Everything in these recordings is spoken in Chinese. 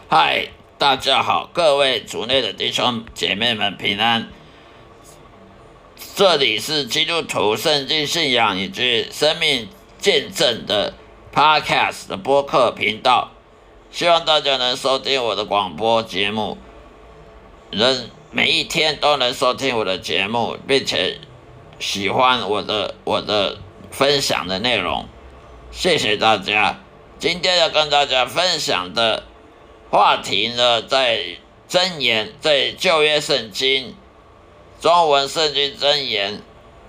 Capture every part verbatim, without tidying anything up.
嗨，大家好，各位族内的弟兄姐妹们平安。这里是基督徒圣经信仰以及生命见证的 Podcast 的播客频道，希望大家能收听我的广播节目，能每一天都能收听我的节目，并且喜欢我的我的分享的内容。谢谢大家。今天要跟大家分享的话题呢，在箴言，在旧约圣经中文圣经箴言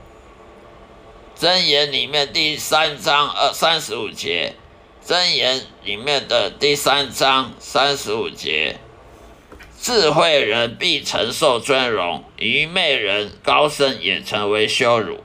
箴言里面第三章二三十五节，箴言里面的第三章三十五节，智慧人必承受尊荣，愚昧人高升也成为羞辱。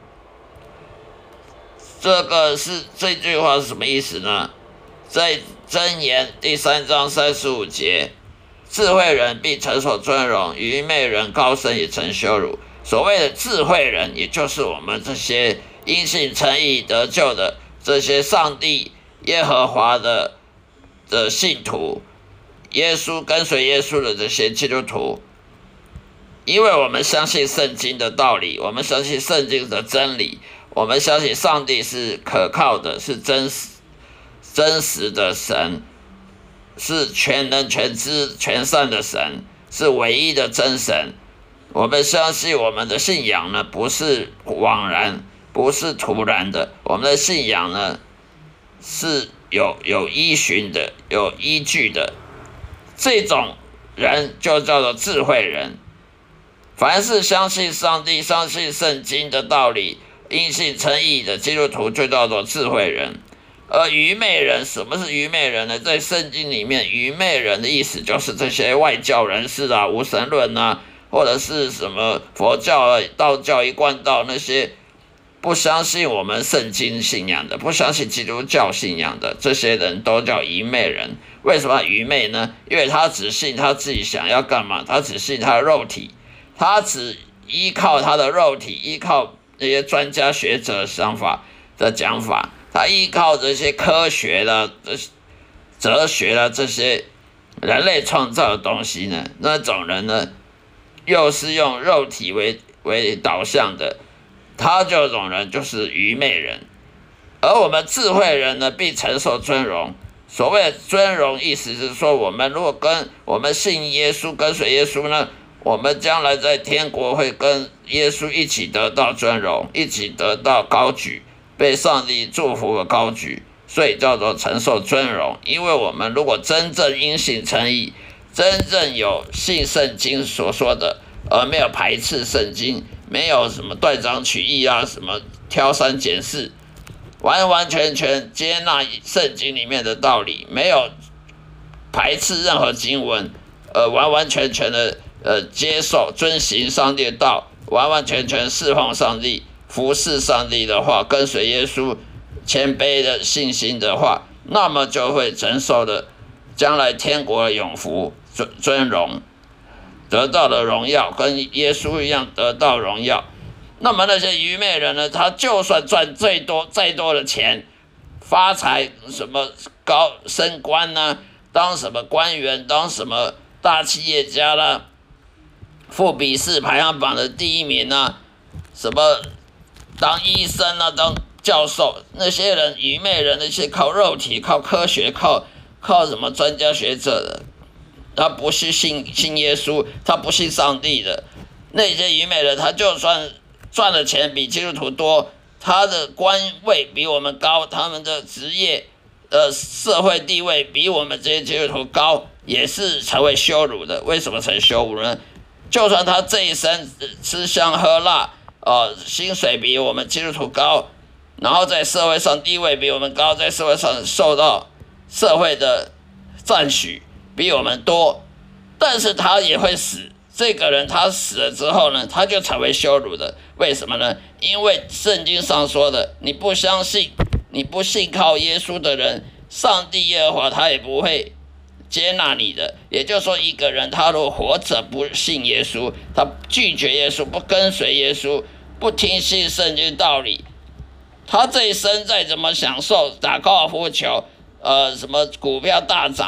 这个是这句话是什么意思呢？在箴言第三章三十五节，智慧人必承受尊荣，愚昧人高升也成羞辱。所谓的智慧人，也就是我们这些因信称义得救的这些上帝耶和华的的信徒，耶稣跟随耶稣的这些基督徒，因为我们相信圣经的道理，我们相信圣经的真理，我们相信上帝是可靠的，是真实真实的神，是全能全知全善的神，是唯一的真神。我们相信我们的信仰呢，不是枉然，不是突然的，我们的信仰呢是有有依循的，有依据的。这种人就叫做智慧人。凡是相信上帝、相信圣经的道理、因信称义的基督徒，就叫做智慧人。而愚昧人，什么是愚昧人呢？在圣经里面，愚昧人的意思就是这些外教人士啊、无神论啊，或者是什么佛教啊、道教一贯道那些不相信我们圣经信仰的，不相信基督教信仰的，这些人都叫愚昧人。为什么愚昧呢？因为他只信他自己想要干嘛，他只信他的肉体，他只依靠他的肉体，依靠那些专家学者的想法的讲法，他依靠这些科学的、哲学的这些人类创造的东西呢，那种人呢，又是用肉体为为导向的，他这种人就是愚昧人。而我们智慧人呢，必承受尊荣。所谓的尊荣，意思是说，我们如果跟我们信耶稣、跟随耶稣呢，我们将来在天国会跟耶稣一起得到尊荣，一起得到高举，被上帝祝福和高举，所以叫做承受尊荣。因为我们如果真正因信称义，真正有信圣经所说的，而没有排斥圣经，没有什么断章取义啊，什么挑三拣四，完完全全接纳圣经里面的道理，没有排斥任何经文，呃，完完全全的呃接受遵行上帝的道，完完全全侍奉上帝，服侍上帝的话，跟随耶稣，谦卑的信心的话，那么就会承受的将来天国的永福尊尊荣，得到的荣耀，跟耶稣一样得到荣耀。那么那些愚昧人呢，他就算赚最多再多的钱，发财，什么高升官呢，当什么官员，当什么大企业家啦，富比士排行榜的第一名啊，什么当医生啊，当教授，那些人愚昧人，那些靠肉体、靠科学、靠靠什么专家学者的，他不是信信耶稣，他不信上帝的，那些愚昧人，他就算赚的钱比基督徒多，他的官位比我们高，他们的职业呃社会地位比我们这些基督徒高，也是成为羞辱的。为什么成羞辱呢？就算他这一生吃香喝辣，呃，薪水比我们基督徒高，然后在社会上地位比我们高，在社会上受到社会的赞许比我们多，但是他也会死。这个人他死了之后呢，他就成为羞辱的。为什么呢？因为圣经上说的，你不相信，你不信靠耶稣的人，上帝耶和华他也不会接纳你的。也就是说，一个人他如果活着不信耶稣，他拒绝耶稣，不跟随耶稣，不听信圣经道理，他这一生再怎么享受打高尔夫球，呃，什么股票大涨，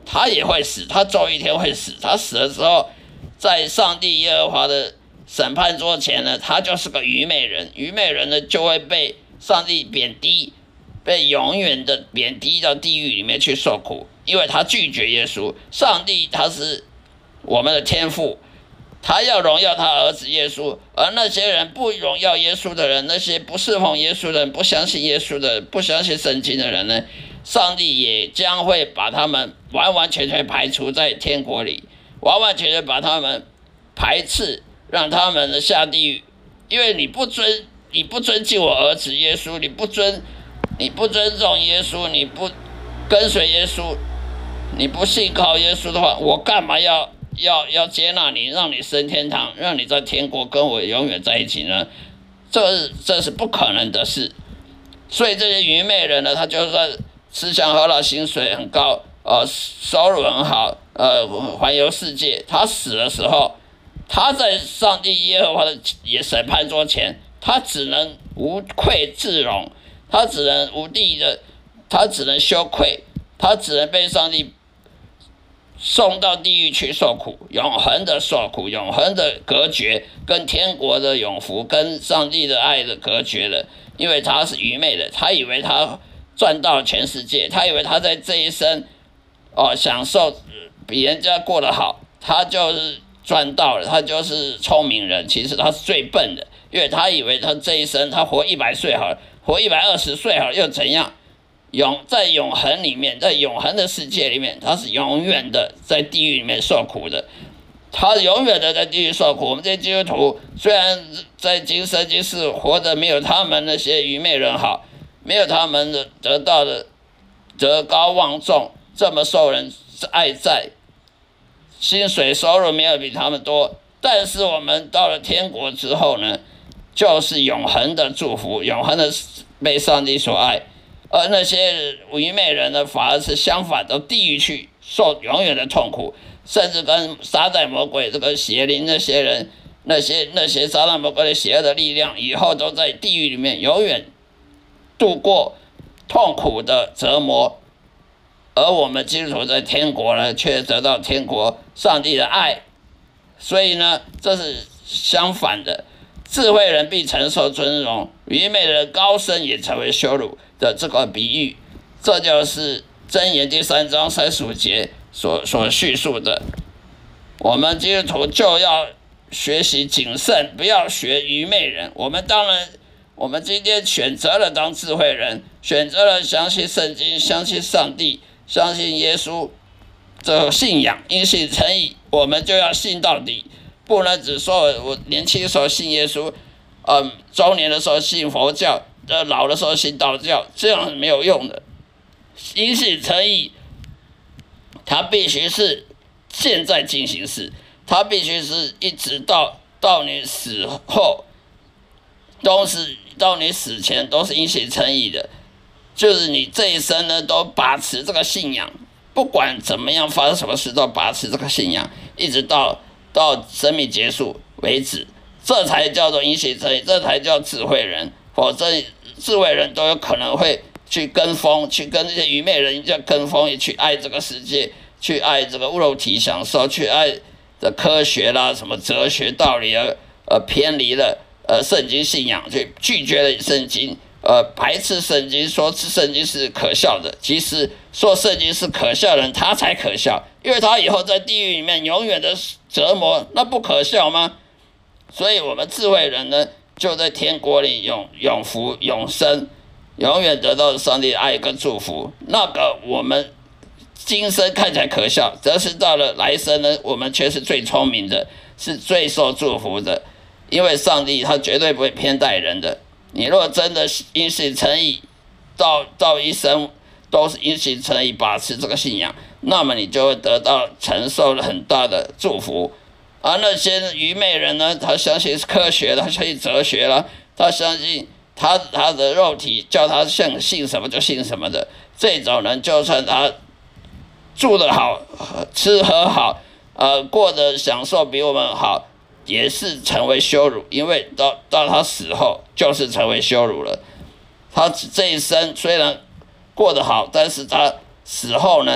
他也会死，他总有一天会死。他死了之后，在上帝耶和华的审判桌前呢，他就是个愚昧人。愚昧人呢，就会被上帝贬低，被永远的贬低到地狱里面去受苦，因为他拒绝耶稣。上帝他是我们的天父，他要荣耀他儿子耶稣，而那些人不荣耀耶稣的人，那些不侍奉耶稣的人，不相信耶稣的人，不相信圣经的人呢，上帝也将会把他们完完全全排除在天国里，完完全全把他们排斥，让他们下地狱。因为你不尊你不尊敬我儿子耶稣，你不尊你不尊重耶稣，你不跟随耶稣，你不信靠耶稣的话，我干嘛要要要接纳你，让你升天堂，让你在天国跟我永远在一起呢？这这是不可能的事。所以这些愚昧人呢，他就算吃香喝辣，薪水很高，呃，收入很好，呃，环游世界，他死的时候，他在上帝耶和华的审判桌前，他只能无愧自容，他只能无地的，他只能羞愧，他只能被上帝送到地狱去受苦，永恒的受苦，永恒的隔绝，跟天国的永福，跟上帝的爱的隔绝了。因为他是愚昧的，他以为他赚到全世界，他以为他在这一生哦享受比人家过得好，他就是赚到了，他就是聪明人。其实他是最笨的，因为他以为他这一生他活一百岁好了，活一百二十岁好了又怎样？永在永恒里面，在永恒的世界里面，他是永远的在地狱里面受苦的，他永远的在地狱受苦。我们这些基督徒虽然在今生今世活得没有他们那些愚昧人好，没有他们的得到的德高望重，这么受人爱戴，薪水收入没有比他们多，但是我们到了天国之后呢，就是永恒的祝福，永恒的被上帝所爱。而那些愚昧人呢，反而是相反，到地狱去受永远的痛苦，甚至跟撒旦魔鬼这个邪灵那些人，那些那些撒旦魔鬼的邪恶的力量，以后都在地狱里面永远度过痛苦的折磨。而我们基督徒在天国呢，却得到天国上帝的爱。所以呢，这是相反的。智慧人必承受尊荣，愚昧人高升也成为羞辱的这个比喻，这就是箴言第三章三十五节所所叙述的。我们基督徒就要学习谨慎，不要学愚昧人。我们当然，我们今天选择了当智慧人，选择了相信圣经，相信上帝，相信耶稣这个信仰，因信称义，我们就要信到底。不能只说我年轻的时候信耶稣，嗯，中年的时候信佛教，呃，老的时候信道教，这样是没有用的。因信称义，它必须是现在进行式，它必须是一直到到你死后，都是到你死前都是因信称义的，就是你这一生呢都把持这个信仰，不管怎么样发生什么事都把持这个信仰，一直到。到生命结束为止，这才叫做因信称义，这才叫智慧人。否则，智慧人都有可能会去跟风，去跟这些愚昧人叫跟风，也去爱这个世界，去爱这个肉体享受，去爱的科学啦、什么哲学道理啊，呃，偏离了呃圣经信仰，去拒绝了圣经，呃，排斥圣经，说圣经是可笑的。其实说圣经是可笑的人，他才可笑，因为他以后在地狱里面永远的折磨，那不可笑吗？所以我们智慧人呢，就在天国里永永福永生，永远得到上帝的爱跟祝福。那个我们今生看起来可笑，则是到了来生呢，我们却是最聪明的，是最受祝福的。因为上帝他绝对不会偏待人的。你若真的因信称义，到到一生都是因信称义，把持这个信仰，那么你就会得到承受了很大的祝福。而那些愚昧人呢，他相信科学，他相信哲学了，他相信他他的肉体叫他信信什么就信什么的，这种人就算他住得好，吃喝好，呃，过得享受比我们好，也是成为羞辱，因为到到他死后就是成为羞辱了。他这一生虽然过得好，但是他死后呢，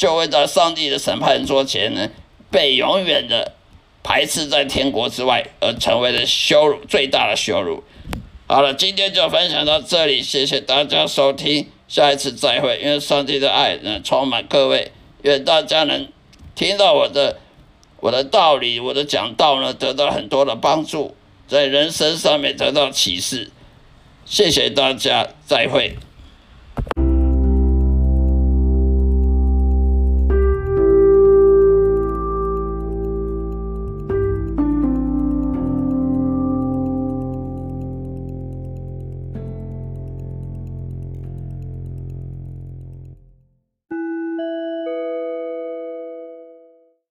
就会在上帝的审判桌前呢，被永远的排斥在天国之外，而成为了羞辱，最大的羞辱。好了，今天就分享到这里，谢谢大家收听，下一次再会。愿上帝的爱能充满各位，愿大家能听到我的我的道理，我的讲道呢，得到很多的帮助，在人生上面得到启示。谢谢大家，再会。